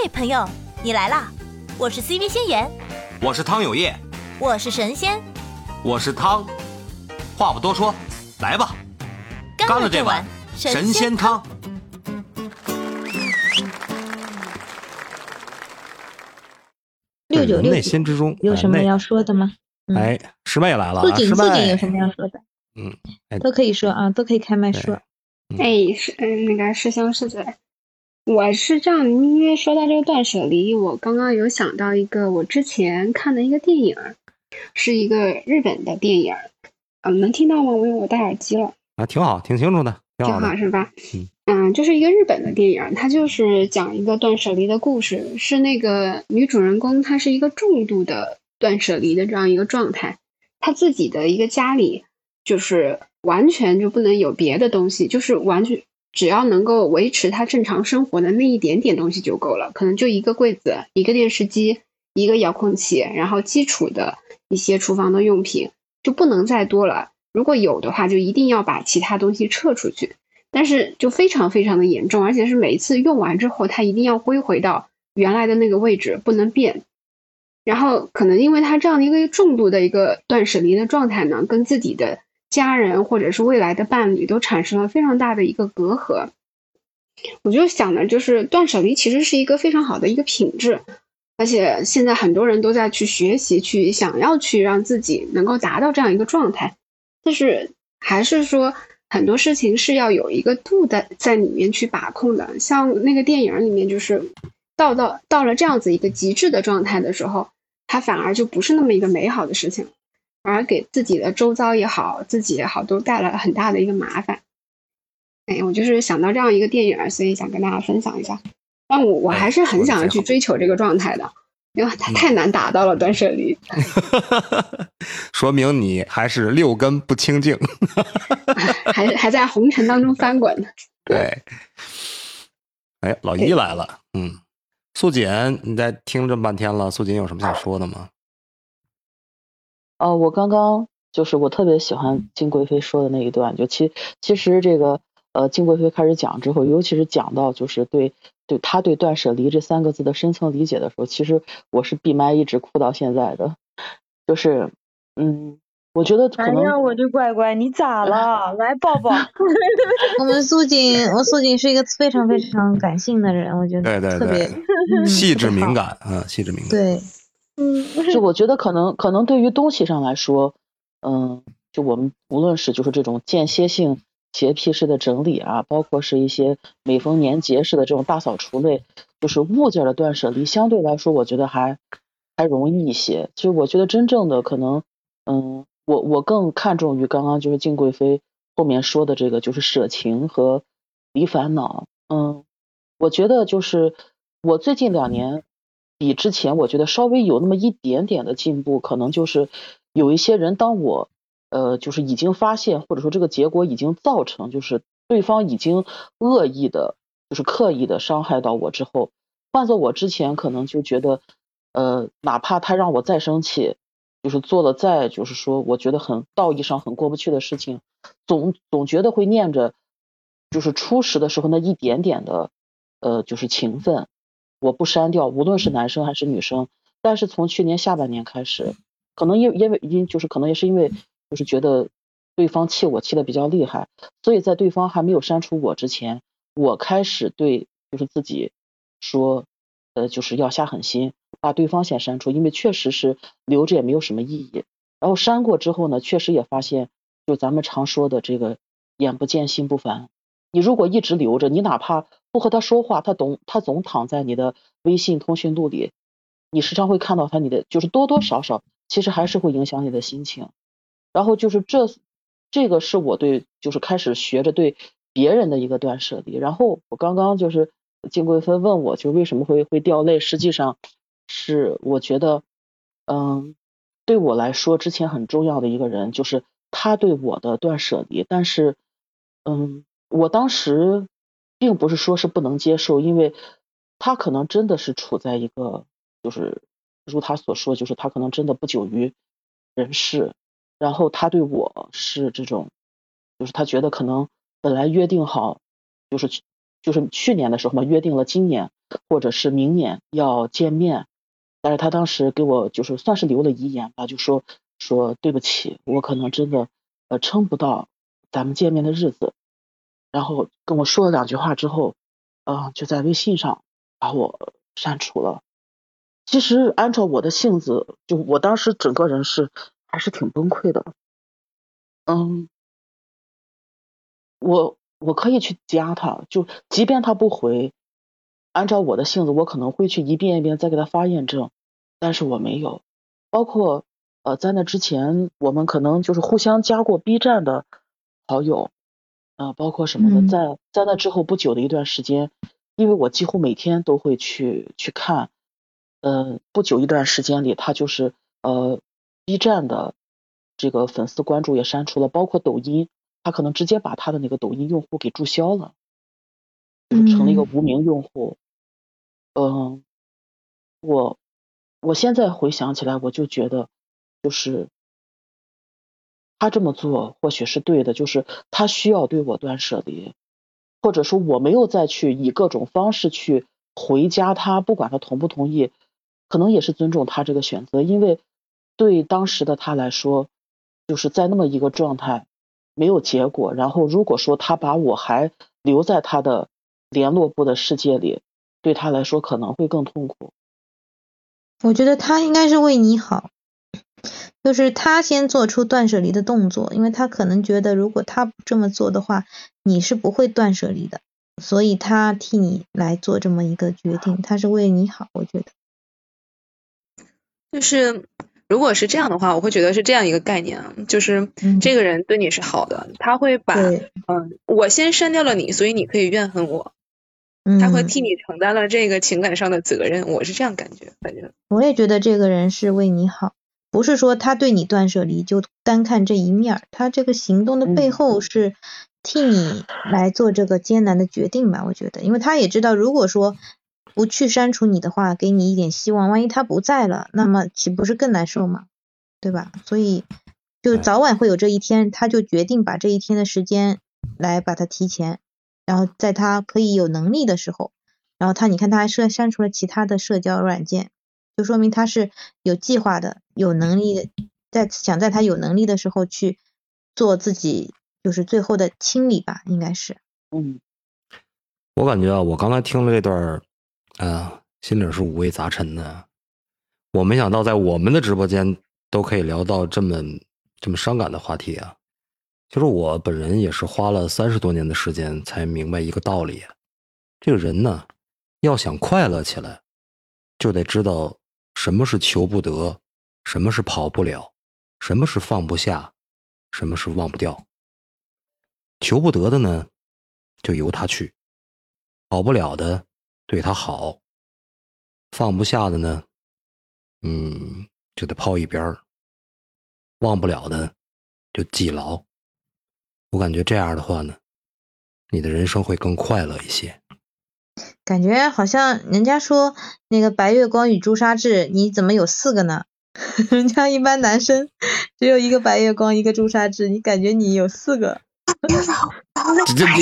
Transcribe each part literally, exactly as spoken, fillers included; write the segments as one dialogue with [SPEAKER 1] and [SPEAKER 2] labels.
[SPEAKER 1] 嘿，朋友，你来啦！我是 C V 仙言，
[SPEAKER 2] 我是汤有业，
[SPEAKER 1] 我是神仙，
[SPEAKER 2] 我是汤。话不多说，来吧，
[SPEAKER 1] 干了这碗
[SPEAKER 2] 神仙汤。
[SPEAKER 3] 六九六
[SPEAKER 4] 内心之中
[SPEAKER 3] 有什么要说的吗？
[SPEAKER 4] 嗯、哎，师妹来了、啊，
[SPEAKER 3] 素锦素锦有什么要说的？
[SPEAKER 4] 嗯，哎、
[SPEAKER 3] 都可以说啊，都可以开麦说。
[SPEAKER 5] 嗯、哎，是嗯，那个师兄师姐，我是这样，因为说到这个断舍离，我刚刚有想到一个我之前看的一个电影，是一个日本的电影，嗯，能听到吗？因为我戴耳机了。
[SPEAKER 4] 啊，挺好，挺清楚的，挺好的，
[SPEAKER 5] 挺好是吧？
[SPEAKER 4] 嗯
[SPEAKER 5] 嗯，就是一个日本的电影，它就是讲一个断舍离的故事，是那个女主人公，她是一个重度的断舍离的这样一个状态，她自己的一个家里就是完全就不能有别的东西，就是完全只要能够维持她正常生活的那一点点东西就够了，可能就一个柜子、一个电视机、一个遥控器，然后基础的一些厨房的用品就不能再多了，如果有的话就一定要把其他东西撤出去。但是就非常非常的严重，而且是每一次用完之后它一定要归回到原来的那个位置，不能变。然后可能因为他这样的一个重度的一个断舍离的状态呢，跟自己的家人或者是未来的伴侣都产生了非常大的一个隔阂。我就想呢，就是断舍离其实是一个非常好的一个品质，而且现在很多人都在去学习，去想要去让自己能够达到这样一个状态，但是还是说很多事情是要有一个度的在里面去把控的。像那个电影里面，就是到到到了这样子一个极致的状态的时候，它反而就不是那么一个美好的事情，反而给自己的周遭也好，自己也好，都带来了很大的一个麻烦。哎，我就是想到这样一个电影，所以想跟大家分享一下。但我我还是很想要去追求这个状态的，因为它太难达到了断舍离。
[SPEAKER 4] 说明你还是六根不清净，
[SPEAKER 5] 还还在红尘当中翻滚呢。
[SPEAKER 4] 对，哎，老一来了，嗯，素锦，你在听这么半天了，素锦有什么想说的吗？
[SPEAKER 6] 哦，我刚刚就是我特别喜欢金贵妃说的那一段，就其其实这个呃金贵妃开始讲之后，尤其是讲到就是对对她对断舍离这三个字的深层理解的时候，其实我是闭麦一直哭到现在的，就是嗯。我觉得可能，
[SPEAKER 3] 哎呀，我的乖乖，你咋了？来抱抱。我们素锦，我素锦是一个非常非常感性的人，我觉得
[SPEAKER 4] 对对
[SPEAKER 3] 特别
[SPEAKER 4] 对，细致敏感，嗯，细致敏感。
[SPEAKER 3] 对，
[SPEAKER 6] 嗯，就我觉得可能可能对于东西上来说，嗯，就我们无论是就是这种间歇性洁癖式的整理啊，包括是一些每逢年节式的这种大扫除类，就是物件的断舍离，相对来说，我觉得还还容易一些。其实我觉得真正的可能，嗯。我我更看重于刚刚就是金贵妃后面说的这个，就是舍情和离烦恼。嗯，我觉得就是我最近两年比之前，我觉得稍微有那么一点点的进步，可能就是有一些人，当我呃就是已经发现，或者说这个结果已经造成，就是对方已经恶意的，就是刻意的伤害到我之后，换做我之前可能就觉得，呃，哪怕他让我再生气。就是做了再就是说我觉得很道义上很过不去的事情，总总觉得会念着就是初识的时候那一点点的呃就是情分，我不删掉，无论是男生还是女生。但是从去年下半年开始，可能因因为因就是可能也是因为就是觉得对方气我气的比较厉害，所以在对方还没有删除我之前，我开始对就是自己说呃就是要下狠心把对方先删除，因为确实是留着也没有什么意义。然后删过之后呢，确实也发现就咱们常说的这个眼不见心不烦，你如果一直留着，你哪怕不和他说话，他总他总躺在你的微信通讯录里，你时常会看到他，你的就是多多少少其实还是会影响你的心情。然后就是这这个是我对就是开始学着对别人的一个断舍离。然后我刚刚就是金贵妃问我就为什么会会掉泪，实际上是我觉得嗯对我来说之前很重要的一个人，就是他对我的断舍离。但是嗯我当时并不是说是不能接受，因为他可能真的是处在一个就是如他所说，就是他可能真的不久于人世，然后他对我是这种就是他觉得可能本来约定好就是就是去年的时候嘛，约定了今年或者是明年要见面，但是他当时给我就是算是留了遗言吧，就说说对不起，我可能真的呃撑不到咱们见面的日子，然后跟我说了两句话之后，呃就在微信上把我删除了。其实按照我的性子，就我当时整个人是还是挺崩溃的。嗯，我我可以去加他，就即便他不回，按照我的性子，我可能会去一遍一遍再给他发验证，但是我没有。包括呃，在那之前，我们可能就是互相加过 B 站的好友，呃，包括什么的，
[SPEAKER 3] 嗯
[SPEAKER 6] 在在那之后不久的一段时间，因为我几乎每天都会去去看，呃，不久一段时间里，他就是呃 B 站的这个粉丝关注也删除了，包括抖音，他可能直接把他的那个抖音用户给注销了，就是成了一个
[SPEAKER 3] 嗯
[SPEAKER 6] 无名用户。嗯、我我现在回想起来，我就觉得就是他这么做或许是对的，就是他需要对我断舍离，或者说我没有再去以各种方式去回加他，不管他同不同意，可能也是尊重他这个选择，因为对当时的他来说，就是在那么一个状态没有结果，然后如果说他把我还留在他的联络簿的世界里，对他来说可能会更痛苦。
[SPEAKER 3] 我觉得他应该是为你好，就是他先做出断舍离的动作，因为他可能觉得如果他不这么做的话，你是不会断舍离的，所以他替你来做这么一个决定，他是为你好，我觉得。
[SPEAKER 7] 就是如果是这样的话，我会觉得是这样一个概念啊，就是
[SPEAKER 3] 嗯
[SPEAKER 7] 这个人对你是好的，他会把
[SPEAKER 3] 对，
[SPEAKER 7] 嗯，我先删掉了你，所以你可以怨恨我，他会
[SPEAKER 3] 嗯，
[SPEAKER 7] 替你承担了这个情感上的责任，我是这样感觉，反正
[SPEAKER 3] 我也觉得这个人是为你好，不是说他对你断舍离就单看这一面儿，他这个行动的背后是替你来做这个艰难的决定吧，我觉得，因为他也知道，如果说不去删除你的话，给你一点希望，万一他不在了，那么岂不是更难受吗？对吧？所以就早晚会有这一天，他就决定把这一天的时间来把它提前，然后在他可以有能力的时候，然后他你看他还删删除了其他的社交软件，就说明他是有计划的，有能力的，在想在他有能力的时候去做自己就是最后的清理吧，应该是。
[SPEAKER 6] 嗯，
[SPEAKER 4] 我感觉啊，我刚才听了这段儿，啊、心里是五味杂陈的。我没想到在我们的直播间都可以聊到这么这么伤感的话题啊。其实我本人也是花了三十多年的时间才明白一个道理，这个人呢，要想快乐起来，就得知道什么是求不得，什么是跑不了，什么是放不下，什么是忘不掉。求不得的呢，就由他去；跑不了的，对他好；放不下的呢，嗯，就得抛一边儿；忘不了的，就记牢。我感觉这样的话呢，你的人生会更快乐一些。
[SPEAKER 3] 感觉好像人家说那个白月光与朱砂痣，你怎么有四个呢？人家一般男生只有一个白月光，一个朱砂痣，你感觉你有四个。
[SPEAKER 4] 这这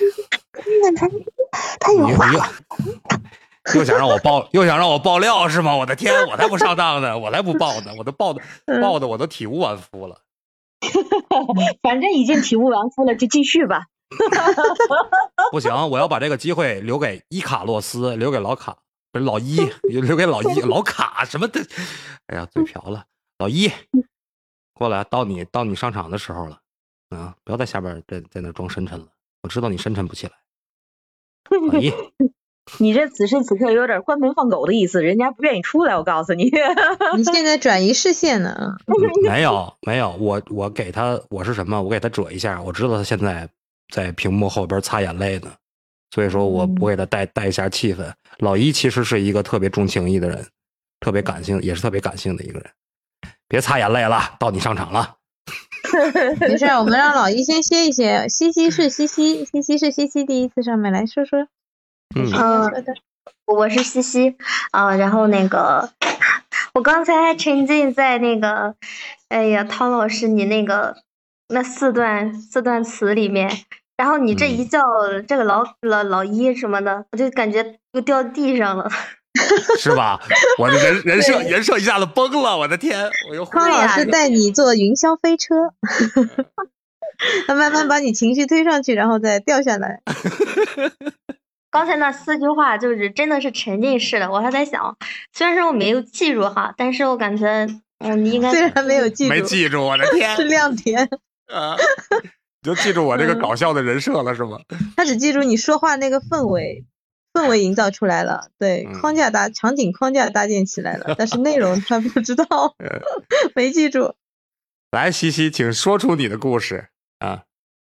[SPEAKER 5] 他有话，
[SPEAKER 4] 又又想让我爆，又想让我爆料是吗？我的天，我才不上当呢，我才不爆呢，我都爆的爆的我都体无完肤了。
[SPEAKER 8] 反正已经体无完肤了，就继续吧。
[SPEAKER 4] 不行，我要把这个机会留给伊卡洛斯，留给老卡，不是老伊，留给老伊老卡什么的。哎呀，嘴瓢了，老伊，过来，到你到你上场的时候了啊！不要在下边在在那装深沉了，我知道你深沉不起来。老伊，
[SPEAKER 8] 你这此时此刻有点关门放狗的意思，人家不愿意出来，我告诉你。
[SPEAKER 3] 你现在转移视线呢？
[SPEAKER 4] 嗯、没有没有，我我给他我是什么？我给他遮一下，我知道他现在在屏幕后边擦眼泪呢，所以说我我给他带带一下气氛。老一其实是一个特别重情义的人，特别感性，也是特别感性的一个人。别擦眼泪了，到你上场了。
[SPEAKER 3] 没事，我们让老一先歇一歇。西西是西西，西西是西西第一次上面来说说。
[SPEAKER 4] 嗯，
[SPEAKER 9] 嗯，我是西西啊、呃，然后那个我刚才还沉浸在那个，哎呀，汤老师你那个那四段四段词里面， 然后你这一
[SPEAKER 4] 嗯
[SPEAKER 9] 叫，这个老老老一什么的，我就感觉又掉地上了。
[SPEAKER 4] 是吧？我的人人设人设一下子崩了，我的天！我又
[SPEAKER 3] 康老师带你坐云霄飞车，他慢慢把你情绪推上去，然后再掉下来。
[SPEAKER 9] 刚才那四句话就是真的是沉浸式的，我还在想，虽然说我没有记住哈，但是我感觉嗯，你应该
[SPEAKER 3] 虽然没有记住，
[SPEAKER 4] 没记住，我的天，
[SPEAKER 3] 是亮点
[SPEAKER 4] 啊！你就记住我这个搞笑的人设了是吗？
[SPEAKER 3] 他只记住你说话那个氛围。氛围营造出来了，对，框架搭场景框架搭建起来了，但是内容他不知道，没记住。
[SPEAKER 4] 来，西西，请说出你的故事啊。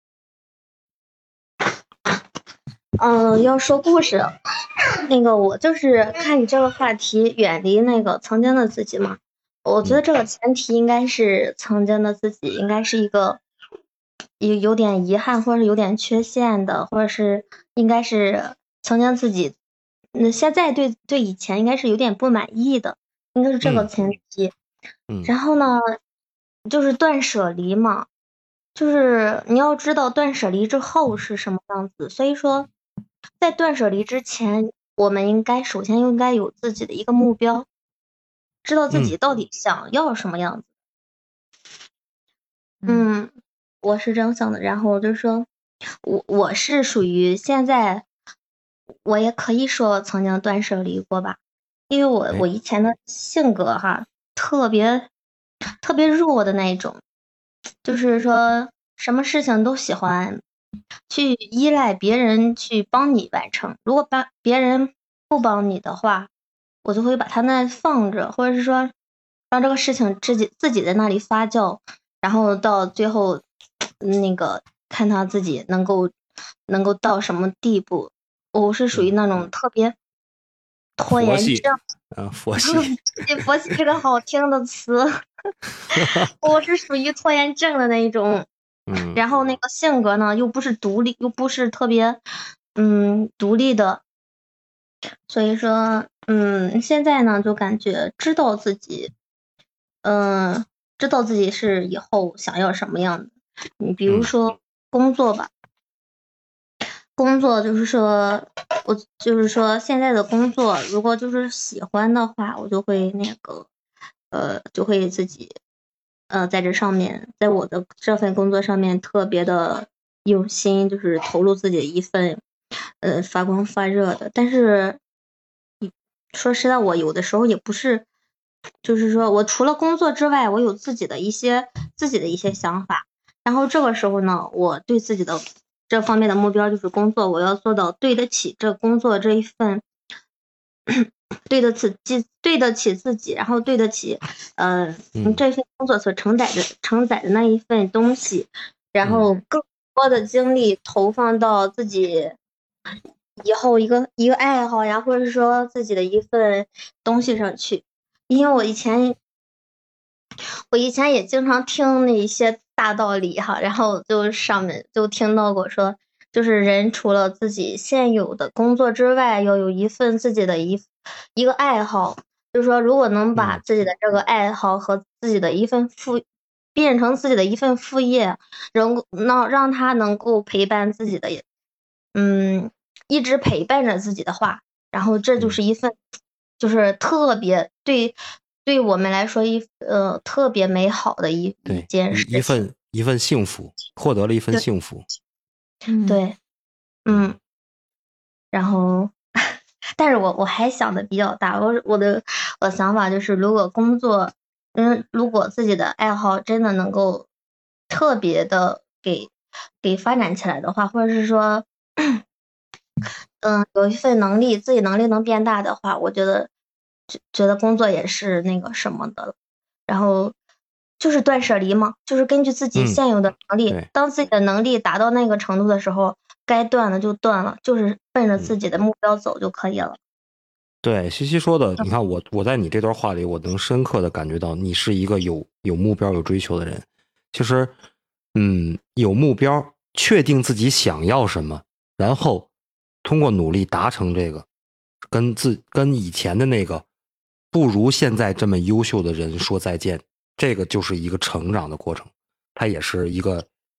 [SPEAKER 9] 嗯，要说故事，那个我就是看你这个话题，远离那个曾经的自己嘛。我觉得这个前提应该是曾经的自己应该是一个有有点遗憾，或者是有点缺陷的，或者是应该是。曾经自己，那现在对对以前应该是有点不满意的，应该是这个前提。
[SPEAKER 4] 嗯。
[SPEAKER 9] 然后呢，就是断舍离嘛，就是你要知道断舍离之后是什么样子。所以说，在断舍离之前，我们应该首先应该有自己的一个目标，知道自己到底想要什么样子。嗯，嗯我是这样想的。然后就是说，我我是属于现在。我也可以说曾经断舍离过吧，因为我我以前的性格哈，特别特别弱的那一种，就是说什么事情都喜欢去依赖别人去帮你完成，如果帮别人不帮你的话，我就会把它那放着，或者是说让这个事情自己自己在那里发酵，然后到最后那个看他自己能够能够到什么地步。我是属于那种特别拖延症
[SPEAKER 4] 啊，佛系，
[SPEAKER 9] 佛系这个好听的词，我是属于拖延症的那一种。
[SPEAKER 4] 嗯，
[SPEAKER 9] 然后那个性格呢，又不是独立，又不是特别嗯独立的，所以说嗯，现在呢就感觉知道自己，嗯、呃，知道自己是以后想要什么样的。你比如说工作吧。工作就是说，我就是说现在的工作，如果就是喜欢的话，我就会那个，呃，就会自己，呃，在这上面，在我的这份工作上面特别的用心，就是投入自己的一份，呃，发光发热的。但是，说实在，我有的时候也不是，就是说我除了工作之外，我有自己的一些自己的一些想法。然后这个时候呢，我对自己的这方面的目标就是工作，我要做到对得起这工作这一份，对得起对得起自己，然后对得起呃这份工作所承载的承载的那一份东西，然后更多的精力投放到自己以后一个一个爱好呀，或者是说自己的一份东西上去。因为我以前我以前也经常听那一些大道理哈，然后就上面就听到过说，就是人除了自己现有的工作之外，要有一份自己的一一个爱好，就是说如果能把自己的这个爱好和自己的一份副变成自己的一份副业，能让让他能够陪伴自己的，嗯，一直陪伴着自己的话，然后这就是一份就是特别对对我们来说一呃特别美好的一一件事，
[SPEAKER 4] 一份一份幸福，获得了一份幸福。
[SPEAKER 9] 对，嗯，然后，但是我我还想的比较大，我我的我的想法就是，如果工作，嗯，如果自己的爱好真的能够特别的给给发展起来的话，或者是说，嗯，有一份能力，自己能力能变大的话，我觉得觉得工作也是那个什么的，然后就是断舍离嘛，就是根据自己现有的能力，
[SPEAKER 4] 嗯、
[SPEAKER 9] 当自己的能力达到那个程度的时候，该断了就断了，就是奔着自己的目标走就可以了。
[SPEAKER 4] 对，西西说的，你看我我在你这段话里，我能深刻的感觉到你是一个有有目标、有追求的人。其实，嗯，有目标，确定自己想要什么，然后通过努力达成这个，跟自跟以前的那个不如现在这么优秀的人说再见，这个就是一个成长的过程，它也是一个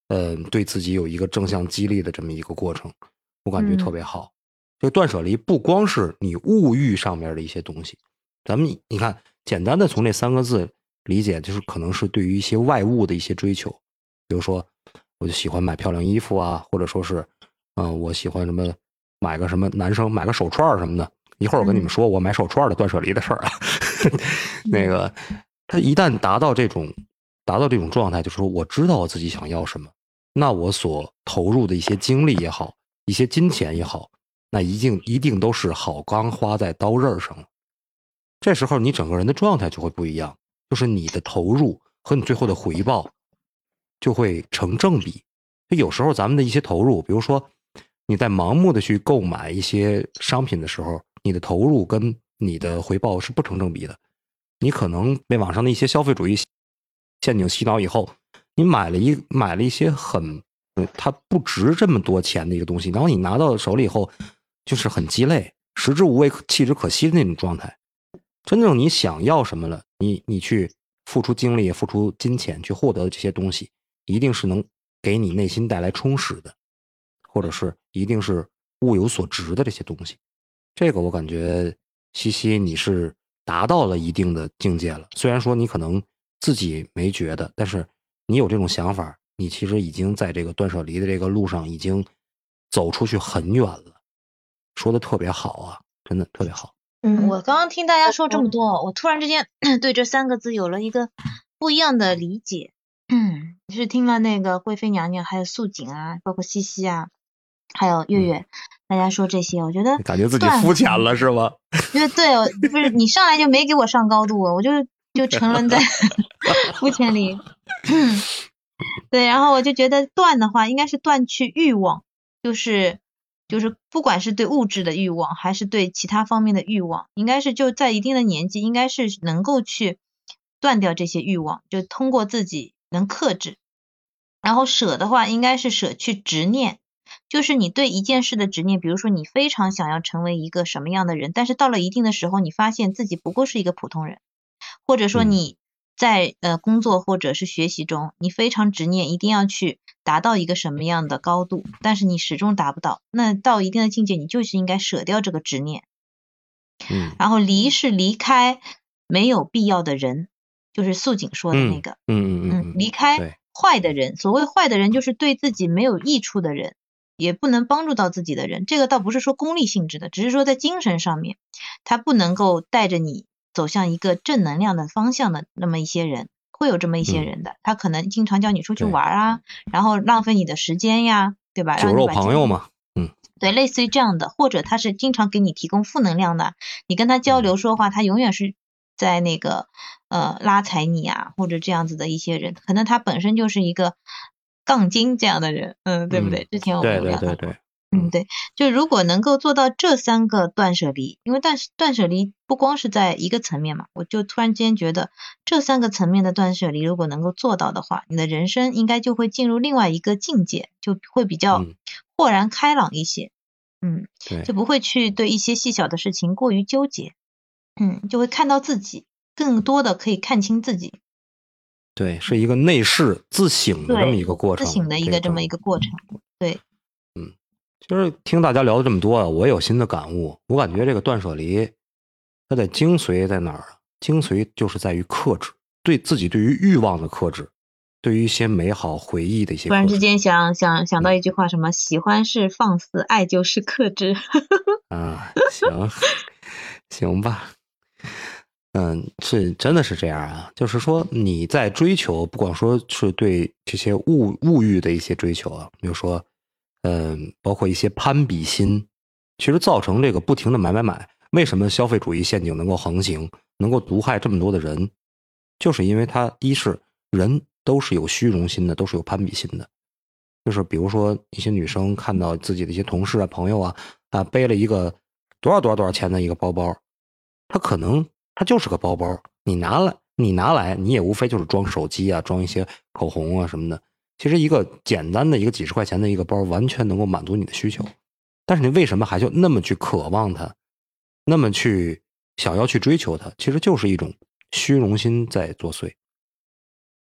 [SPEAKER 4] 呃，对自己有一个正向激励的这么一个过程，我感觉特别好。这、嗯、断舍离不光是你物欲上面的一些东西，咱们你看，简单的从这三个字理解，就是可能是对于一些外物的一些追求，比如说，我就喜欢买漂亮衣服啊，或者说是，嗯、呃，我喜欢什么买个什么男生买个手串什么的。一会儿我跟你们说我买手串的断舍离的事儿啊。那个，他一旦达到这种达到这种状态，就是说我知道我自己想要什么，那我所投入的一些精力也好，一些金钱也好，那一定一定都是好钢花在刀刃上了。这时候你整个人的状态就会不一样，就是你的投入和你最后的回报就会成正比。就有时候咱们的一些投入，比如说你在盲目的去购买一些商品的时候，你的投入跟你的回报是不成正比的。你可能被网上的一些消费主义陷阱洗脑以后，你买了一买了一些很它不值这么多钱的一个东西，然后你拿到手里以后就是很鸡肋，食之无味弃之可惜的那种状态。真正你想要什么了，你你去付出精力付出金钱去获得的这些东西，一定是能给你内心带来充实的，或者是一定是物有所值的这些东西。这个我感觉西西你是达到了一定的境界了，虽然说你可能自己没觉得，但是你有这种想法，你其实已经在这个断舍离的这个路上已经走出去很远了。说的特别好啊，真的特别好。
[SPEAKER 3] 嗯，我刚刚听大家说这么多，我突然之间对这三个字有了一个不一样的理解。嗯，就是听了那个贵妃娘娘还有素锦啊，包括西西啊还有月月、嗯、大家说这些，我觉得
[SPEAKER 4] 感觉自己肤浅了是吧？
[SPEAKER 3] 对对，不是你上来就没给我上高度，我就就沉沦在肤浅里。对，然后我就觉得断的话应该是断去欲望，就是就是不管是对物质的欲望还是对其他方面的欲望，应该是就在一定的年纪应该是能够去断掉这些欲望，就通过自己能克制。然后舍的话应该是舍去执念，就是你对一件事的执念，比如说你非常想要成为一个什么样的人，但是到了一定的时候你发现自己不过是一个普通人，或者说你在呃工作或者是学习中你非常执念一定要去达到一个什么样的高度，但是你始终达不到，那到一定的境界你就是应该舍掉这个执念。
[SPEAKER 4] 嗯，
[SPEAKER 3] 然后离是离开没有必要的人，就是素锦说的那个，
[SPEAKER 4] 嗯嗯嗯嗯，
[SPEAKER 3] 离开坏的人，所谓坏的人就是对自己没有益处的人，也不能帮助到自己的人，这个倒不是说功利性质的，只是说在精神上面他不能够带着你走向一个正能量的方向的那么一些人，会有这么一些人的、嗯、他可能经常叫你出去玩啊，然后浪费你的时间呀，对吧？
[SPEAKER 4] 酒肉朋友嘛，嗯，
[SPEAKER 3] 对，类似于这样的，或者他是经常给你提供负能量的，你跟他交流说话他永远是在那个呃拉踩你啊，或者这样子的一些人，可能他本身就是一个杠精这样的人，嗯，对不对？嗯、之前我们
[SPEAKER 4] 对对对对，
[SPEAKER 3] 嗯，对，就如果能够做到这三个断舍离，因为断断舍离不光是在一个层面嘛，我就突然间觉得这三个层面的断舍离如果能够做到的话，你的人生应该就会进入另外一个境界，就会比较豁然开朗一些，嗯，嗯就不会去对一些细小的事情过于纠结，嗯，就会看到自己，更多的可以看清自己。
[SPEAKER 4] 对，是一个内视自省的这么一个过程，
[SPEAKER 3] 自省的一个这么一个过程，对，
[SPEAKER 4] 嗯。就是听大家聊了这么多啊，我有新的感悟。我感觉这个断舍离，它的精髓在哪儿啊？精髓就是在于克制，对自己对于欲望的克制，对于一些美好回忆的一些克制。
[SPEAKER 3] 突然之间想想想到一句话，什么、嗯、喜欢是放肆，爱就是克制。
[SPEAKER 4] 啊，行，行吧。嗯，是真的是这样啊，就是说你在追求，不管说是对这些物物欲的一些追求啊，比如说。嗯，包括一些攀比心，其实造成这个不停的买买买。为什么消费主义陷阱能够横行，能够毒害这么多的人？就是因为它一是人都是有虚荣心的，都是有攀比心的。就是比如说一些女生看到自己的一些同事啊、朋友啊啊背了一个多少多少多少钱的一个包包，他可能他就是个包包，你拿来你拿来你也无非就是装手机啊、装一些口红啊什么的。其实一个简单的一个几十块钱的一个包完全能够满足你的需求，但是你为什么还就那么去渴望它，那么去想要去追求它？其实就是一种虚荣心在作祟。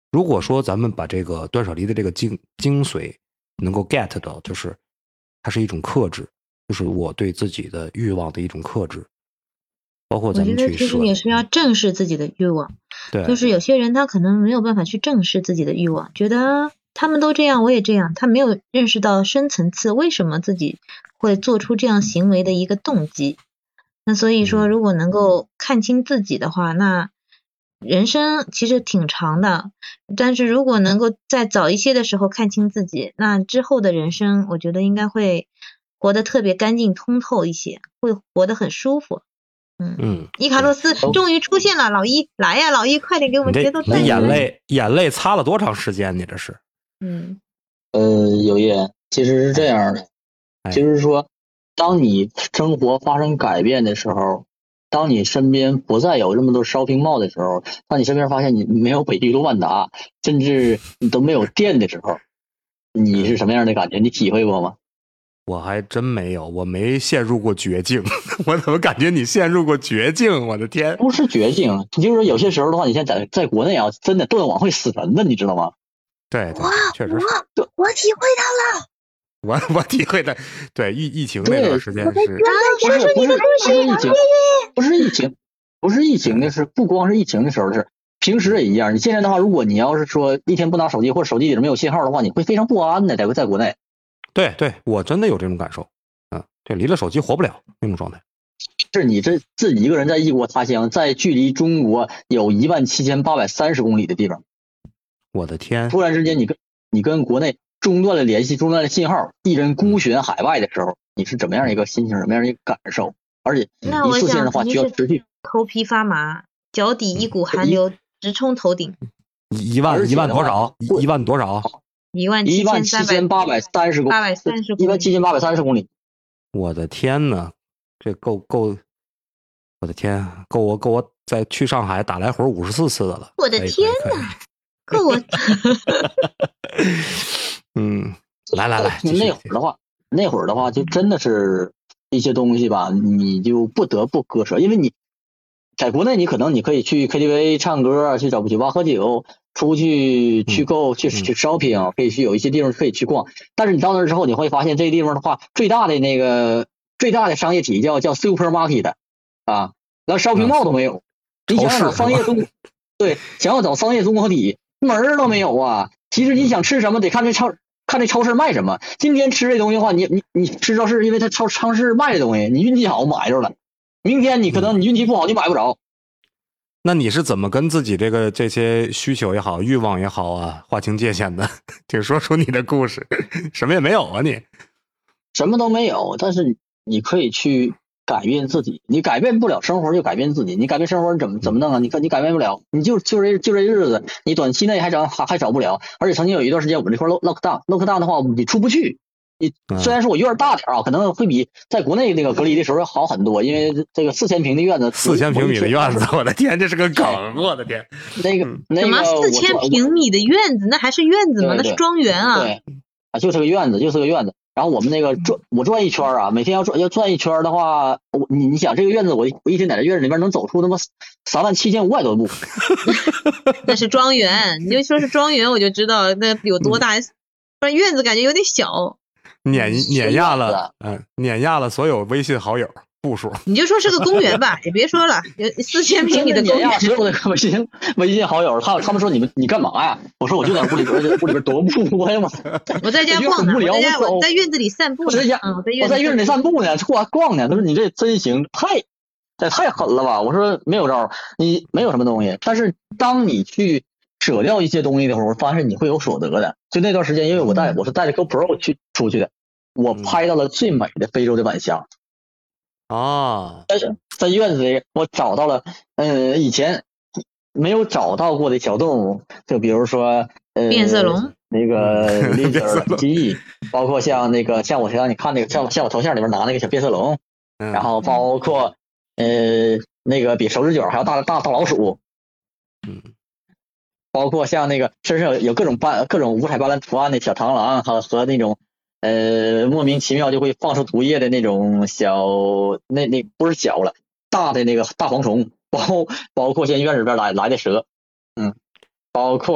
[SPEAKER 4] 如果说咱们把这个断舍离的这个精精髓能够 get 到，就是它是一种克制，就是我对自己的欲望的一种克制，包括咱们去
[SPEAKER 3] 我觉得其实也是要正视自己的欲望。
[SPEAKER 4] 对，
[SPEAKER 3] 就是有些人他可能没有办法去正视自己的欲望，觉得他们都这样我也这样，他没有认识到深层次为什么自己会做出这样行为的一个动机。那所以说如果能够看清自己的话，那人生其实挺长的，但是如果能够在早一些的时候看清自己，那之后的人生我觉得应该会活得特别干净通透一些，会活得很舒服。嗯
[SPEAKER 4] 嗯，
[SPEAKER 3] 伊卡洛斯终于出现了，老一来呀，老一快点给我们节奏带。
[SPEAKER 4] 你眼泪眼泪擦了多长时间？你这是？
[SPEAKER 3] 嗯，
[SPEAKER 10] 呃，有爷，其实是这样的，
[SPEAKER 4] 哎、
[SPEAKER 10] 就是说，当你生活发生改变的时候，当你身边不再有这么多 shopping mall 的时候，当你身边发现你没有北京路万达，甚至你都没有店的时候，你是什么样的感觉？你体会过吗？
[SPEAKER 4] 我还真没有，我没陷入过绝境。我怎么感觉你陷入过绝境？我的天！
[SPEAKER 10] 不是绝境，就是说有些时候的话，你现在在在国内啊，真的断网会死人的，你知道吗？
[SPEAKER 4] 对，对确实是。
[SPEAKER 9] 我我体会到了。
[SPEAKER 4] 我我体会的，对疫疫情那段时间是。
[SPEAKER 10] 不是不是不是疫情，不是疫情，不是疫情的是不光是疫情的时候是，平时也一样。你现在的话，如果你要是说一天不拿手机或者手机里没有信号的话，你会非常不安的，在在国内。
[SPEAKER 4] 对对，我真的有这种感受，嗯，这离了手机活不了那种状态。
[SPEAKER 10] 是你这自己一个人在异国他乡，在距离中国有一万七千八百三十公里的地方，
[SPEAKER 4] 我的天！
[SPEAKER 10] 突然之间你跟你跟国内中断了联系，中断了信号，一人孤悬海外的时候，你是怎么样一个心情，什么样一个感受？而且一次性的话需要持续，
[SPEAKER 3] 头皮发麻，脚底一股寒流直冲头顶。
[SPEAKER 4] 一万一万多少？一万多少？
[SPEAKER 3] 一万
[SPEAKER 10] 一万七千八百三十公
[SPEAKER 3] 八百三十
[SPEAKER 10] 一万七千八百三十公里。
[SPEAKER 4] 我的天呐，这够够，我的天，够我够我再去上海打来回五十四次的了。
[SPEAKER 3] 我的天呐，够我。
[SPEAKER 4] 嗯，来来来，
[SPEAKER 10] 那会儿的话，那会儿的话，就真的是一些东西吧，你就不得不割舍，因为你在国内，你可能你可以去 K T V 唱歌，去找酒吧喝酒。出去去购、嗯、去去 shopping，、嗯、可以去有一些地方可以去逛，但是你到那之后，你会发现这个地方的话，最大的那个最大的商业体叫叫 supermarket 啊，然后 shopping mall 都没有。嗯、你想想找商业综，对，想要找商业综合体，门儿都没有啊。其实你想吃什么，得看这超看这超市卖什么。今天吃这东西的话，你你你吃超市，因为它超超市卖的东西，你运气好买着了。明天你可能你运气不好，你买不着。
[SPEAKER 4] 那你是怎么跟自己这个这些需求也好，欲望也好啊，划清界限的？请说出你的故事。什么也没有啊，你
[SPEAKER 10] 什么都没有，但是你可以去改变自己。你改变不了生活，就改变自己。你改变生活，你怎么怎么弄啊？你你改变不了，你就就这就这日子，你短期内还找还还找不了。而且曾经有一段时间，我们这块 lock down lock down 的话，你出不去。你虽然说我院大点啊，可能会比在国内那个隔离的时候要好很多，因为这个四千平的院子，
[SPEAKER 4] 四千平米的院子，我的天，这是个梗，我的天，
[SPEAKER 10] 那个那个
[SPEAKER 3] 什么四千平米的院子，那还是院子吗？那是庄园啊，
[SPEAKER 10] 对啊，就是个院子，就是个院子。然后我们那个转我转一圈啊，每天要转要转一圈的话，我你你想这个院子，我我一天在这院子里边能走出他妈三万七千五百多步，
[SPEAKER 3] 那是庄园，你就说是庄园，我就知道那有多大，不然院子感觉有点小。
[SPEAKER 4] 碾碾压了，嗯，碾压了所有微信好友步数。
[SPEAKER 3] 你就说是个公园吧，也别说了，四千平米的公园。
[SPEAKER 10] 所有的微信微信好友，他他们说你们你干嘛呀？我说我就在屋里边屋里边踱步多呀嘛。
[SPEAKER 3] 我在家逛呢，我在家我在院子里散步呢。
[SPEAKER 10] 我在家我在院子里散步呢，逛逛呢。他说你这真行，太这太狠了吧？我说没有招，你没有什么东西，但是当你去舍掉一些东西的时候，发现你会有所得的。就那段时间，因为我带我是带着 GoPro 去出去的。我拍到了最美的非洲的晚霞
[SPEAKER 4] 啊！
[SPEAKER 10] 但是在院子里，我找到了呃以前没有找到过的小动物，就比如说呃
[SPEAKER 3] 变色龙，
[SPEAKER 10] 那个栗子蜥蜴，包括像那个像我像你看那个像像我头像里面拿那个小变色龙，
[SPEAKER 4] 嗯、
[SPEAKER 10] 然后包括呃那个比手指卷还要大的大大老鼠，
[SPEAKER 4] 嗯，
[SPEAKER 10] 包括像那个身上有有各种斑各种五彩斑斓图案的小螳螂和和那种。呃，莫名其妙就会放出毒液的那种小，那那不是小了，大的那个大蝗虫，包包括现在院子里边来来的蛇，嗯，包括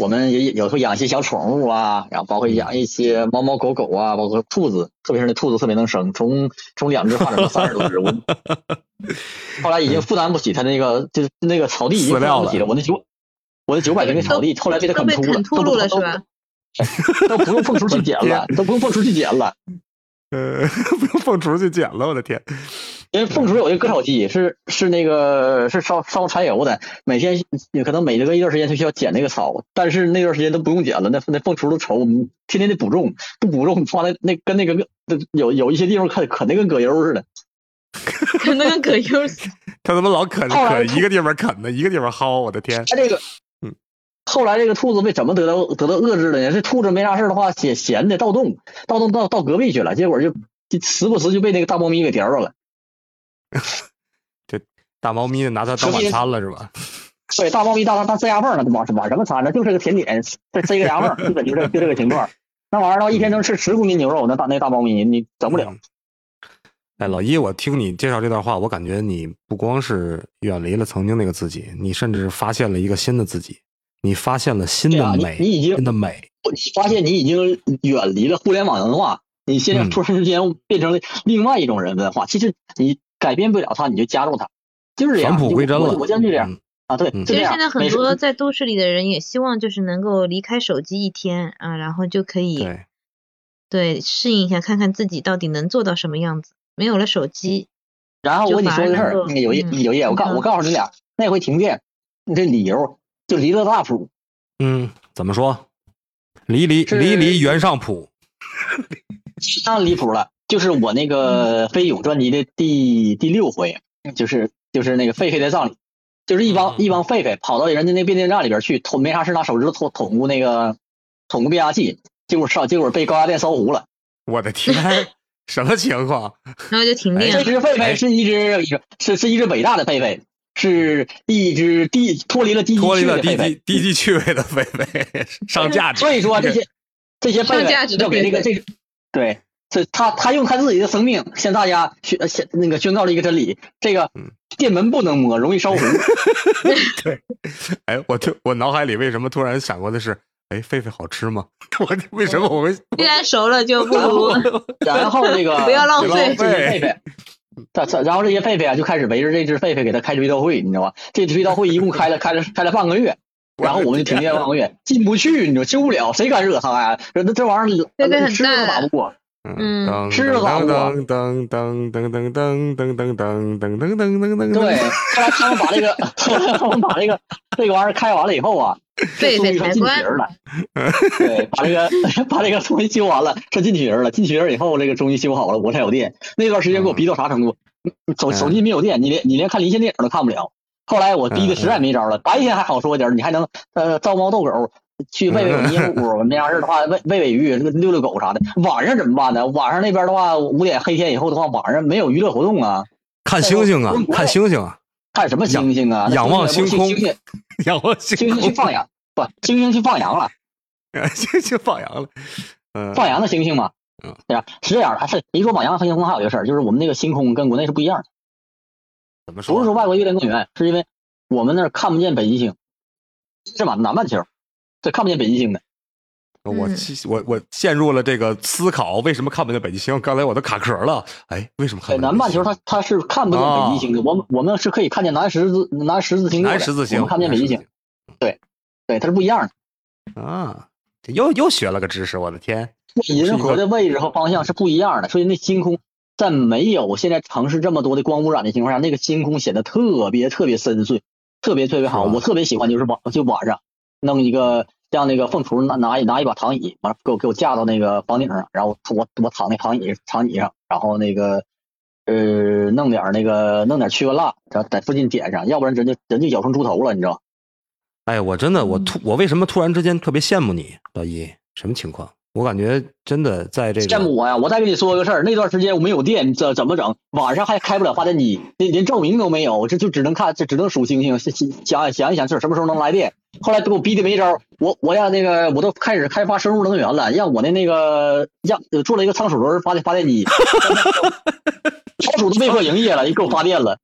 [SPEAKER 10] 我们也有时候养一些小宠物啊，然后包括养一些猫猫狗狗啊，包括兔子，特别是那兔子特别能生，从从两只发展到三十多只。我后来已经负担不起它那个就是那个草地已经负担不起了，我那九我那九百平的草地后来被它啃秃了，
[SPEAKER 7] 啃秃噜了是吧？
[SPEAKER 10] 都不用凤雏去捡了，都不用凤雏去捡了。
[SPEAKER 11] 呃，不用凤雏去捡了，我的天！
[SPEAKER 10] 因为凤雏有一个割草机，是是那个是烧烧柴油的，每天可能每隔一段时间就需要剪那个草，但是那段时间都不用剪了，那那凤雏都愁，我们天天得补种，不补种放在那跟那个有有一些地方啃啃那跟葛优似的，
[SPEAKER 7] 啃的跟葛优似的。
[SPEAKER 11] 他他妈老啃啃一个地方啃的，一个地方薅，我的天！
[SPEAKER 10] 他这个，嗯，后来这个兔子被怎么得到得到遏制的呢？这兔子没啥事的话，闲闲的盗洞，盗洞到到隔壁去了，结果就时不时就被那个大猫咪给叼着了。
[SPEAKER 11] 这大猫咪拿它当晚餐了是吧？
[SPEAKER 10] 对，大猫咪当当塞牙缝了，晚晚什么餐呢？就是个甜点，再塞个牙缝，基本就这就这个情况。那玩意儿的话，一天能吃十公斤牛肉，那大那大猫咪你整不了。
[SPEAKER 11] 哎，老一，我听你介绍这段话，我感觉你不光是远离了曾经那个自己，你甚至发现了一个新的自己，你发现了新的美，
[SPEAKER 10] 啊、你, 你已经
[SPEAKER 11] 新的美，
[SPEAKER 10] 你发现你已经远离了互联网文化，你现在突然之间变成了另外一种人文化。嗯、其实你改变不了它，你就加入它，就是这样。
[SPEAKER 11] 返璞归真了，
[SPEAKER 10] 我我将就这样、
[SPEAKER 11] 嗯、
[SPEAKER 10] 啊，对。
[SPEAKER 7] 其实现在很多在都市里的人也希望就是能够离开手机一天啊，然后就可以
[SPEAKER 11] 对
[SPEAKER 7] 对适应一下，看看自己到底能做到什么样子。没有了手机，
[SPEAKER 10] 然后我跟你说个事儿，那个有一有一，我告我告诉你俩，那回停电，你这理由就离了大谱。
[SPEAKER 11] 嗯，怎么说？离离离离原上谱，
[SPEAKER 10] 相当离谱了。就是我那个飞勇专辑的第第六回，就是就是那个狒狒的葬礼，就是一帮、嗯、一帮狒狒跑到人家那变电站里边去，捅没啥事拿手指头捅捅咕那个捅咕变压器，结果烧结果被高压电烧糊了。
[SPEAKER 11] 我的天！什么情况？
[SPEAKER 7] 然后就停电。
[SPEAKER 10] 这只狒狒是一只是是一只伟大的狒狒，是一只低脱离了低
[SPEAKER 11] 脱离了低级低级趣味的狒狒，上价值。
[SPEAKER 10] 所以说这些这些狒狒要给这个这个对，这他他用他自己的生命向大家宣宣那个宣告了一个真理：这个电门不能摸，容易烧糊。
[SPEAKER 11] 对，哎，我就我脑海里为什么突然想过的是？哎，狒狒好吃吗？我为什么我会？
[SPEAKER 7] 既然熟了就不如。
[SPEAKER 10] 然后这个
[SPEAKER 7] 不要浪费
[SPEAKER 10] 这些狒狒，然后这些狒狒啊就开始围着这只狒狒给他开追悼会，你知道吧？这追悼会一共开了开了开了半个月，然后我们就停电半个月，进不去，你知道救不了，谁敢惹他呀？这这玩意儿吃都打不过。
[SPEAKER 11] 嗯，
[SPEAKER 10] 吃都打不过。
[SPEAKER 11] 噔噔噔噔噔噔噔噔噔噔噔噔噔噔。
[SPEAKER 10] 对，后来他们把这个，后来他们把这个这个玩意儿开完了以后啊。
[SPEAKER 7] 对对，
[SPEAKER 10] 进群了，对，把这个把这个终于修完了，是进群了。进群以后，这个终于修好了，我才有电。那段时间给我逼到啥程度？手手机没有电，你连你连看离线电影都看不了。后来我逼的实在没招了，白天还好说点，你还能呃招猫逗狗，去喂喂鹦鹉，没啥事的话喂喂喂鱼，遛遛狗啥的。晚上怎么办呢？晚上那边的话，五点黑天以后的话，晚上没有娱乐活动啊。
[SPEAKER 11] 看星星啊，看星星啊。
[SPEAKER 10] 看什么星星啊？
[SPEAKER 11] 仰望星空，仰望
[SPEAKER 10] 星星去放羊，不，星星去放羊了，
[SPEAKER 11] 星星放羊了，嗯，
[SPEAKER 10] 放羊的星星嘛，嗯，对吧？是这样的，还是一说往羊和星空还有一个事儿，就是我们那个星空跟国内是不一样的。
[SPEAKER 11] 怎么说？
[SPEAKER 10] 不是说外国月亮更圆，是因为我们那儿看不见北极星，是吧？南半球，这看不见北极星的。
[SPEAKER 11] 我我我陷入了这个思考，为什么看不见北极星？刚才我都卡壳了。哎，为什么看不见？
[SPEAKER 10] 南半球它它是看不见北极星的，哦、我们我们是可以看见南十字南十字星，
[SPEAKER 11] 南十字星，
[SPEAKER 10] 我们看不见北极星。对，对，它是不一样
[SPEAKER 11] 的。啊，这又又学了个知识，我的天！
[SPEAKER 10] 银河的位置和方向是不一样的，所以那星空在没有现在城市这么多的光污染的情况下，那个星空显得特别特别深邃，特别特别好。我特别喜欢就是晚就晚上弄一个。让那个凤雏拿拿一拿一把躺椅，完了给我给我架到那个房顶上，然后我我躺那躺椅躺椅上，然后那个呃弄点那个弄点驱蚊蜡，然后在附近点上，要不然人就人就咬成猪头了，你知道？
[SPEAKER 11] 哎，我真的我突我为什么突然之间特别羡慕你，老一？什么情况？我感觉真的在这个
[SPEAKER 10] 羡慕我呀！我再跟你说个事儿，那段时间我没有电，这怎么整？晚上还开不了发电机，连连照明都没有，这就只能看，这只能数星星，想想一想，这什么时候能来电？后来给我逼的没招，我我让那个我都开始开发生物能源了，让我的那个让做了一个仓鼠轮发电发电机，仓鼠都被迫营业了，也给我发电了。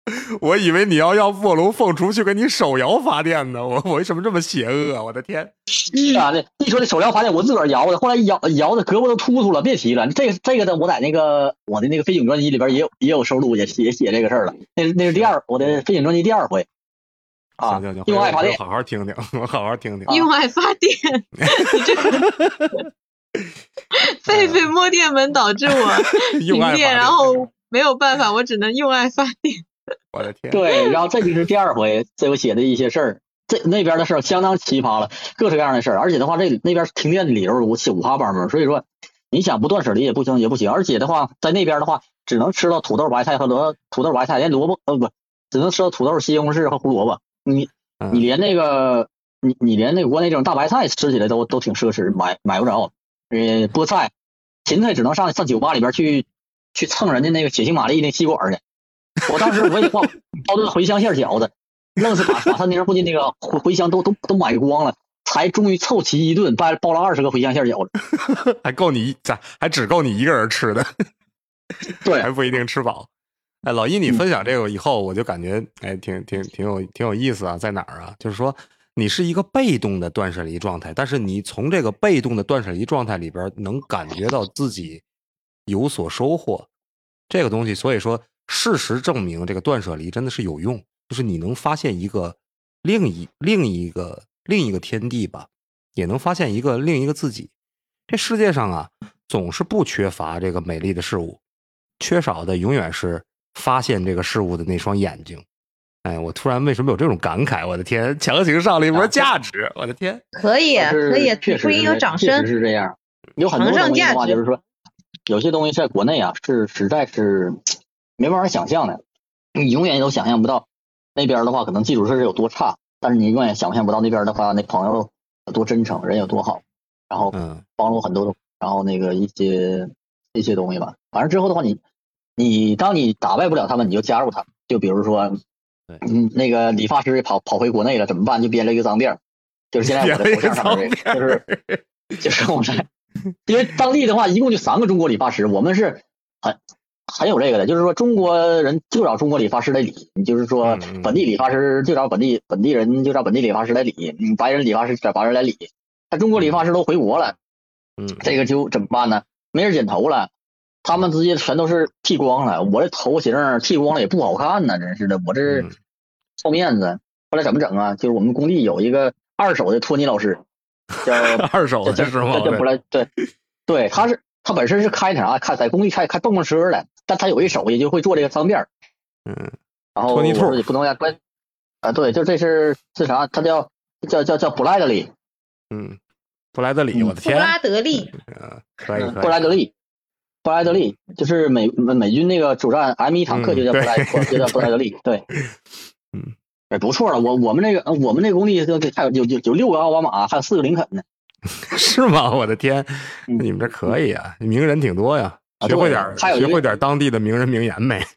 [SPEAKER 11] 我以为你要让卧龙凤雏去给你手摇发电呢，我我为什么这么邪恶？我的天！
[SPEAKER 10] 是啊，这一说这手摇发电，我自个儿摇的，后来摇摇的胳膊都突突了，别提了。这个这个的，我在那个我的那个飞行专辑里边也有也有收录，也也写这个事儿了。那那是第二，我的飞行专辑第二回啊。
[SPEAKER 11] 行行行，
[SPEAKER 10] 用爱发电，
[SPEAKER 11] 好好听听，我好好听听。
[SPEAKER 7] 用爱发电，你这个狒狒摸电门导致我停电，然后没有办法，我只能用爱发电。
[SPEAKER 11] 我的天！
[SPEAKER 10] 对，然后这就是第二回，这回写的一些事儿，这那边的事儿相当奇葩了，各式各样的事儿。而且的话，这那边停电的理由五七五花八门，所以说你想不断舍离也不行，也不行。而且的话，在那边的话，只能吃到土豆、白菜和萝土豆、白菜，连萝卜呃不，只能吃到土豆、西红柿和胡萝卜。你你连那个你你连那个国内这种大白菜吃起来都都挺奢侈，买买不着。呃，菠菜、芹菜只能上上酒吧里边去去蹭人家那个血腥玛丽那吸管去。我当时我也包包顿茴香馅饺子，愣是把马餐厅附近那个茴茴香都都都买光了，才终于凑齐一顿，包包了二十个茴香馅饺子，
[SPEAKER 11] 还够你咋还只够你一个人吃的，
[SPEAKER 10] 对，
[SPEAKER 11] 还不一定吃饱。哎，老一，你分享这个以后，我就感觉哎，挺挺挺有挺有意思啊，在哪儿啊？就是说你是一个被动的断舍离状态，但是你从这个被动的断舍离状态里边能感觉到自己有所收获，这个东西，所以说。事实证明，这个断舍离真的是有用，就是你能发现一个另一另一个另一个天地吧，也能发现一个另一个自己。这世界上啊，总是不缺乏这个美丽的事物，缺少的永远是发现这个事物的那双眼睛。哎，我突然为什么有这种感慨？我的天，强行上了一波价值，我的天，
[SPEAKER 7] 可以可以，
[SPEAKER 10] 确实
[SPEAKER 7] 不应有掌声，
[SPEAKER 10] 确实是这样。有很多东西的话，就是说，有些东西在国内啊，是实在是。没办法想象的，你永远都想象不到那边的话可能基础设施有多差，但是你永远想象不到那边的话那朋友有多真诚，人有多好，然后帮了我很多，然后那个一些一些东西吧。反正之后的话你，你你当你打败不了他们，你就加入他们。就比如说，嗯，那个理发师跑跑回国内了怎么办？就编了一个脏辫，就是现在我的头像上面这个，就是就是我在，因为当地的话一共就三个中国理发师，我们是很。很有这个的，就是说中国人就找中国理发师来理，你就是说本地理发师就找本地本地人就找本地理发师来理，嗯，白人理发师找白人来理。他中国理发师都回国了，嗯，这个就怎么办呢？没人剪头了，他们直接全都是剃光了。我这头型剃光了也不好看呢，真是的，我这好面子。后来怎么整啊？就是我们工地有一个二手的托尼老师，叫
[SPEAKER 11] 二手的是吗？
[SPEAKER 10] 叫不来，对对，他是他本身是开啥开在工地开开动动车的。但他有一手，也就会做这个脏辫儿，
[SPEAKER 11] 嗯，
[SPEAKER 10] 然后我说也不能让关啊，对，就这是是啥？他叫叫叫叫布莱德利，
[SPEAKER 11] 嗯，布莱德利，我的天，
[SPEAKER 7] 布拉德利，
[SPEAKER 11] 呃，可以，
[SPEAKER 10] 布莱德利，布莱德利就是美美军那个主战 M 一坦克就叫布莱，就叫布莱德利，对，
[SPEAKER 11] 嗯，
[SPEAKER 10] 哎，不错了，我我们那个我们那个工地还有有有有六个奥巴马，还有四个林肯呢，
[SPEAKER 11] 是吗？我的天，你们这可以啊，名人挺多呀。学会点，学会点当地的名人名言没？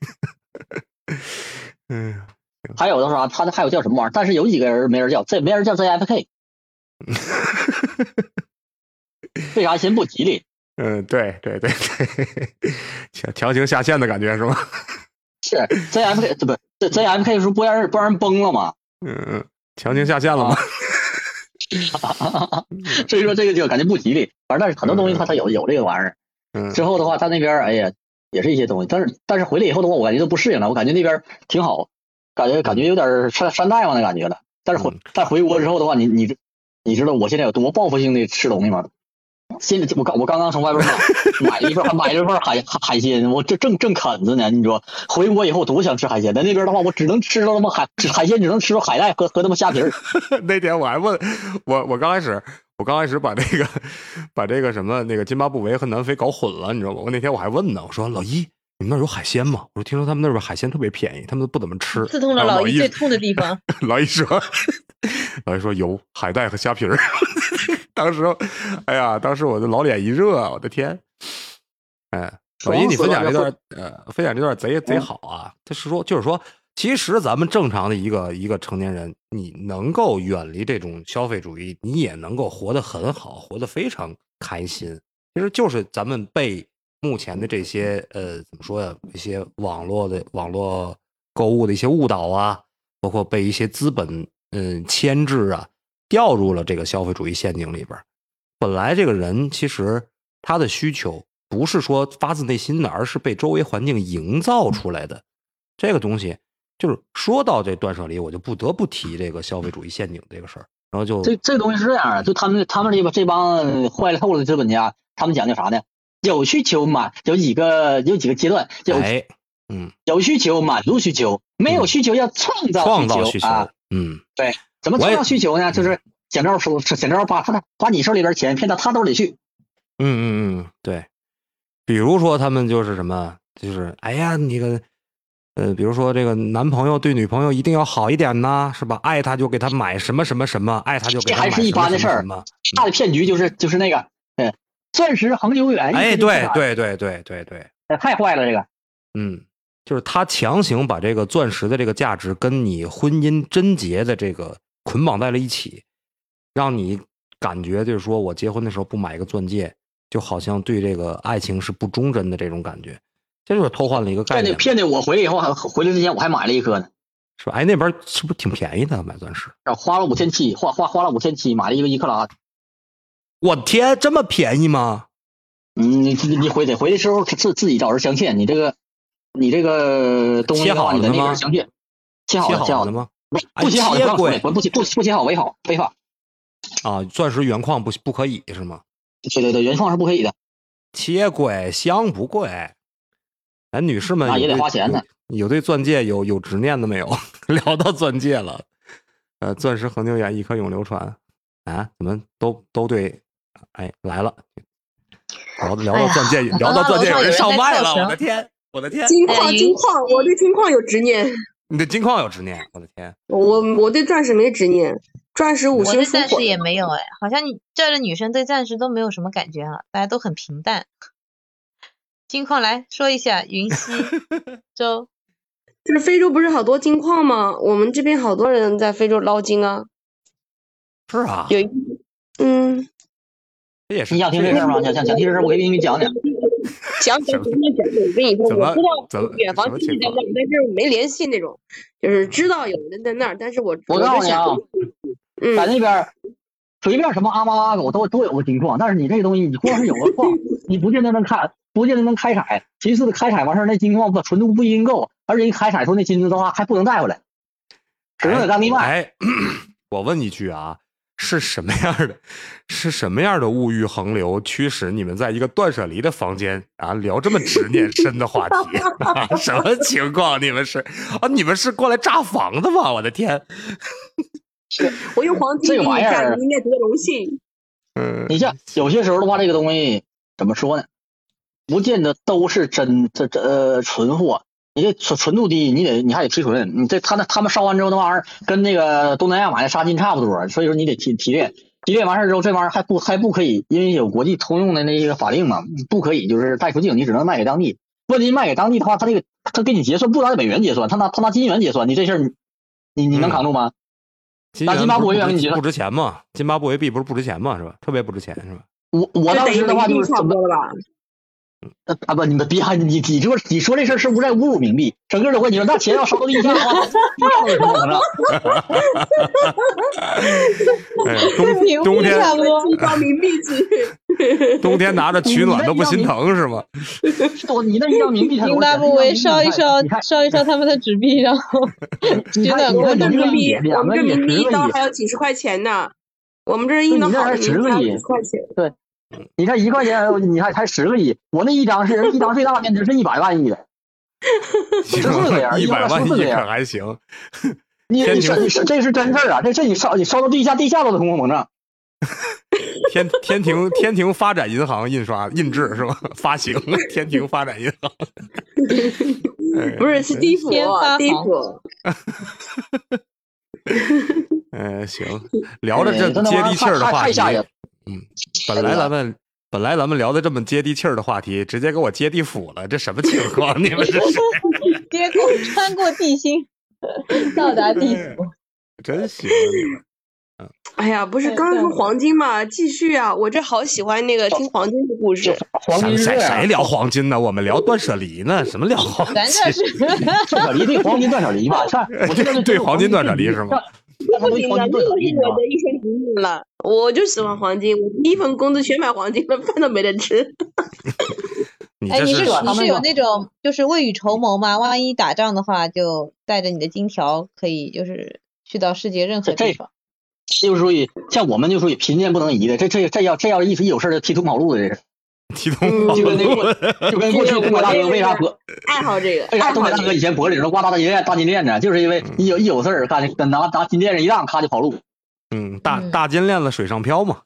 [SPEAKER 11] 嗯，
[SPEAKER 10] 还有的啥？他那还有叫什么玩意儿？但是有几个人没人叫，这没人叫 Z F K， 为啥嫌不吉利？
[SPEAKER 11] 嗯，对对对对，强强行下线的感觉是吗？
[SPEAKER 10] 是 Z F K， 这不这 Z F K 是不让人不让人崩了吗？
[SPEAKER 11] 嗯嗯，强行下线了吗？
[SPEAKER 10] 所以说这个就感觉不吉利。反正但是很多东西它它有有这个玩意儿。
[SPEAKER 11] 嗯，
[SPEAKER 10] 之后的话，他那边哎呀，也是一些东西，但是但是回来以后的话，我感觉都不适应了。我感觉那边挺好，感觉感觉有点山山大王的感觉了。但是回但回国之后的话，你你你知道我现在有多报复性的吃东西吗？现在我刚我刚刚从外边买了一份买了一份海海鲜，我这正正啃着呢。你说回国以后多想吃海鲜，在那边的话，我只能吃到他妈海海鲜，只能吃到海带和和他妈虾皮儿。
[SPEAKER 11] 那天我还问我我刚开始。我刚开始把这个把这个什么那个津巴布韦和南非搞混了，你知道吗？我那天我还问呢，我说老一，你们那儿有海鲜吗？我说听说他们那边海鲜特别便宜，他们都不怎么吃。
[SPEAKER 7] 刺痛了老一最痛的地方。
[SPEAKER 11] 老一说，老一说有海带和虾皮儿。当时，哎呀，当时我的老脸一热，我的天！哎，老一，你分享这段呃，分享这段贼贼好啊。他是说，就是说。其实咱们正常的一个一个成年人，你能够远离这种消费主义，你也能够活得很好，活得非常开心。其实就是咱们被目前的这些呃怎么说呀，一些网络的网络购物的一些误导啊，包括被一些资本嗯牵制啊，掉入了这个消费主义陷阱里边。本来这个人其实他的需求不是说发自内心的，而是被周围环境营造出来的。这个东西就是说到这断舍离，我就不得不提这个消费主义陷阱这个事儿。然后就
[SPEAKER 10] 这这东西是这样的，就他们他们这帮这帮坏了透了的资本家，他们讲究啥呢？有需求满，有几个有几个阶段，有、
[SPEAKER 11] 哎、嗯，
[SPEAKER 10] 有需求满足需求，没有需求要创造需求、
[SPEAKER 11] 创造需求
[SPEAKER 10] 啊，
[SPEAKER 11] 嗯，
[SPEAKER 10] 对，怎么创造需求呢？就是想招说想招把他把你手里边钱骗到他兜里去，
[SPEAKER 11] 嗯嗯嗯，对，比如说他们就是什么，就是哎呀，那个呃，比如说这个男朋友对女朋友一定要好一点呐，是吧？爱他就给他买什么什么什么，爱他就给他买什么什么什么。这还是一般的事儿。
[SPEAKER 10] 他的骗局就是就是那个，对，钻石恒久远。
[SPEAKER 11] 哎，对对对对对对，
[SPEAKER 10] 太坏了这个。
[SPEAKER 11] 嗯，就是他强行把这个钻石的这个价值跟你婚姻贞洁的这个捆绑在了一起，让你感觉就是说我结婚的时候不买一个钻戒，就好像对这个爱情是不忠贞的这种感觉。这就是偷换了一个概念。
[SPEAKER 10] 骗的我回来以后，回来之前我还买了一颗呢。
[SPEAKER 11] 是吧？哎，那边是不是挺便宜的买钻石？
[SPEAKER 10] 花了五千七，花花花了五千七买了一个一克拉。
[SPEAKER 11] 我天，这么便宜吗？
[SPEAKER 10] 嗯，你你回得回的时候自自己找人镶嵌，你这个你这个东西
[SPEAKER 11] 切好
[SPEAKER 10] 你
[SPEAKER 11] 的吗？
[SPEAKER 10] 镶嵌，切好
[SPEAKER 11] 切
[SPEAKER 10] 的切好
[SPEAKER 11] 的吗？
[SPEAKER 10] 不切好的不贵，不不不不切好违法违法。
[SPEAKER 11] 啊，钻石原矿不不可以是吗？
[SPEAKER 10] 对对对，原矿是不可以的。
[SPEAKER 11] 切贵镶不贵。咱女士们
[SPEAKER 10] 那也得花钱呢。
[SPEAKER 11] 有对钻戒有有执念的没有？聊到钻戒了，呃，钻石恒久远，一颗永流传啊！怎么都都对？哎，来了，聊聊到钻戒，哎、聊到钻戒有人上麦了，我的天，我的天！
[SPEAKER 12] 金矿，金矿，我对金矿有执念。
[SPEAKER 11] 你对金矿有执念？我的天！
[SPEAKER 12] 我我对钻石没执念，钻石五星。
[SPEAKER 7] 我对钻石也没有哎，好像你这儿的女生对钻石都没有什么感觉啊，大家都很平淡。金矿来说一下，云溪州，
[SPEAKER 12] 就是非洲不是好多金矿吗？我们这边好多人在非洲捞金啊。
[SPEAKER 11] 是啊。
[SPEAKER 12] 有一，嗯，
[SPEAKER 11] 这也是。
[SPEAKER 10] 你想听这事吗？想想想听这事，我给你给你讲讲。
[SPEAKER 12] 讲讲讲讲，我跟你说，我知道远房亲戚在那，但是没联系那种，就是知道有人在那儿，但是我
[SPEAKER 10] 我告诉你啊，
[SPEAKER 12] 嗯，
[SPEAKER 10] 在那边随便什么阿猫阿狗都都有个金矿，但是你这个东西，你光是有个矿，你不见得能开。不见得能开采，其次的开采完事儿，那金矿不纯度不一定够，而且一开采出那金子的话还不能带回来，只能在当地卖。
[SPEAKER 11] 哎，我问一句啊，是什么样的，是什么样的物欲横流驱使你们在一个断舍离的房间啊聊这么执念深的话题？啊、什么情况？你们是啊？你们是过来炸房的吗？我的天！
[SPEAKER 12] 是我用黄金
[SPEAKER 10] 这个玩意儿
[SPEAKER 12] 应该多荣幸。
[SPEAKER 11] 嗯，
[SPEAKER 10] 你像有些时候的话，这个东西怎么说呢？不见得都是真这这呃纯货，你这纯纯度低，你得你还得提纯，你这他那他们烧完之后那玩意儿跟那个东南亚买的沙金差不多，所以说你得提提炼，提炼完事之后这玩意儿还不还不可以，因为有国际通用的那个法令嘛，不可以就是带出境，你只能卖给当地。问题卖给当地的话，他这个他给你结算不拿美元结算，他拿他拿金元结算，你这事儿你你你能扛住吗？
[SPEAKER 11] 金
[SPEAKER 10] 拿津巴布韦元给你结算
[SPEAKER 11] 不值钱嘛？津巴布韦币不是不值钱嘛？是吧？特别不值钱是吧？
[SPEAKER 10] 我我当时的话就是
[SPEAKER 12] 差不多了吧。
[SPEAKER 10] 啊不，你们别你你说你说这事儿是不是在侮辱冥币？整个的我你说那钱要烧到地下的话，那什么可能？
[SPEAKER 11] 哎，冬冬天
[SPEAKER 12] 当冥币去，
[SPEAKER 11] 冬天拿着取暖都不心疼是吗？
[SPEAKER 10] 你那一张冥币，
[SPEAKER 7] 津巴布韦烧一烧烧一烧他们的纸币，然后取暖过冬
[SPEAKER 12] 冥币，我们这冥币一刀还有几十块钱呢，我们这一刀好
[SPEAKER 10] 十个亿
[SPEAKER 12] 块钱，
[SPEAKER 10] 对。你看一块钱，你还才十个亿，我那一张是一张最大面值是一百万亿的，十四个人，
[SPEAKER 11] 一百万亿可还行。
[SPEAKER 10] 你你这这是真事儿啊！这这你烧你烧到地下，地下都是通货膨胀。
[SPEAKER 11] 天天庭天庭发展银行印刷印制是吧？发行天庭发展银行，
[SPEAKER 12] 不是是地府地府。
[SPEAKER 11] 呃，行，聊着这接地气儿的话题。嗯，本来咱们本来咱们聊的这么接地气儿的话题，直接给我接地府了，这什么情况？你们这是
[SPEAKER 7] 接过穿过地心，到达地府，
[SPEAKER 11] 真行啊你们！
[SPEAKER 12] 哎呀，不是刚刚说黄金嘛，继续啊！我这好喜欢那个听黄金的故事。
[SPEAKER 10] 黄金
[SPEAKER 11] 谁谁聊黄金呢？我们聊断舍离呢？什么聊黄金？
[SPEAKER 7] 咱这是
[SPEAKER 10] 断舍离对黄金断舍离吧？看，我觉得
[SPEAKER 11] 对黄金断舍离是吗？
[SPEAKER 12] 不行了，这就是我的一生经验了。我就喜欢黄金，我第一份工资全买黄金了，饭都没得吃。
[SPEAKER 7] 哎，你是你是有那
[SPEAKER 10] 种
[SPEAKER 7] 种就是未雨绸缪吗？万一打仗的话，就带着你的金条，可以就是去到世界任何地方。
[SPEAKER 10] 这就属于像我们就属于贫贱不能移的，这这这要这要一一有事就提桶跑路的，这是
[SPEAKER 11] 提桶跑路，
[SPEAKER 10] 就跟那个就跟过去东北大哥为啥博
[SPEAKER 12] 爱好这个，
[SPEAKER 10] 为啥东北大哥以前脖领上挂大金链大金链子，就是因为一有一有事儿，干跟拿拿金链子一当，咔就跑路。
[SPEAKER 11] 嗯，大大金链子水上漂嘛。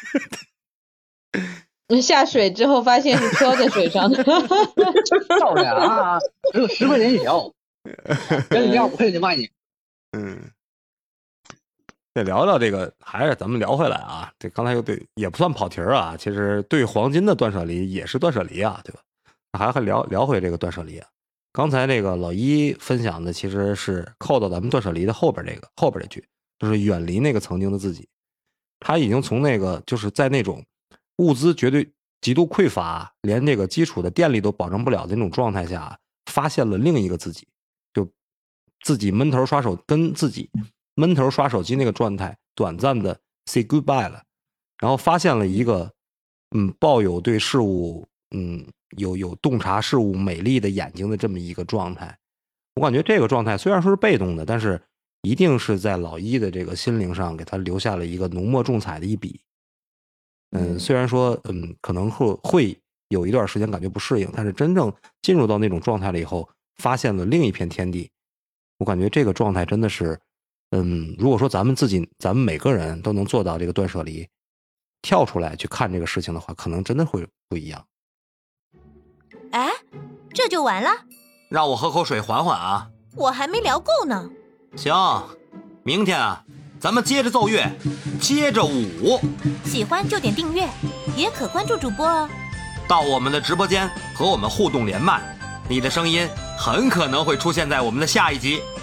[SPEAKER 7] 下水之后发现是漂在水上的，
[SPEAKER 10] 照着啊，只有十块钱一条，跟你要五块钱卖你。
[SPEAKER 11] 嗯。再聊聊这个，还是咱们聊回来啊。这刚才又对，也不算跑题儿啊。其实对黄金的断舍离也是断舍离啊，对吧？还还聊聊回这个断舍离啊。刚才这个老一分享的其实是扣到咱们断舍离的后边这个后边这句，就是远离那个曾经的自己。他已经从那个就是在那种物资绝对极度匮乏，连这个基础的电力都保证不了的那种状态下，发现了另一个自己，就自己闷头刷手，跟自己闷头刷手机那个状态短暂的 say goodbye 了，然后发现了一个嗯抱有对事物嗯有有洞察事物美丽的眼睛的这么一个状态。我感觉这个状态虽然说是被动的，但是一定是在老一的这个心灵上给他留下了一个浓墨重彩的一笔。嗯，虽然说嗯可能会会有一段时间感觉不适应，但是真正进入到那种状态了以后，发现了另一片天地。我感觉这个状态真的是嗯，如果说咱们自己咱们每个人都能做到这个断舍离，跳出来去看这个事情的话，可能真的会不一样。
[SPEAKER 1] 哎，这就完了？
[SPEAKER 2] 让我喝口水缓缓啊。
[SPEAKER 1] 我还没聊够呢。
[SPEAKER 2] 行，明天啊咱们接着奏乐，接着舞。
[SPEAKER 1] 喜欢就点订阅，也可关注主播哦。
[SPEAKER 2] 到我们的直播间和我们互动连麦，你的声音很可能会出现在我们的下一集。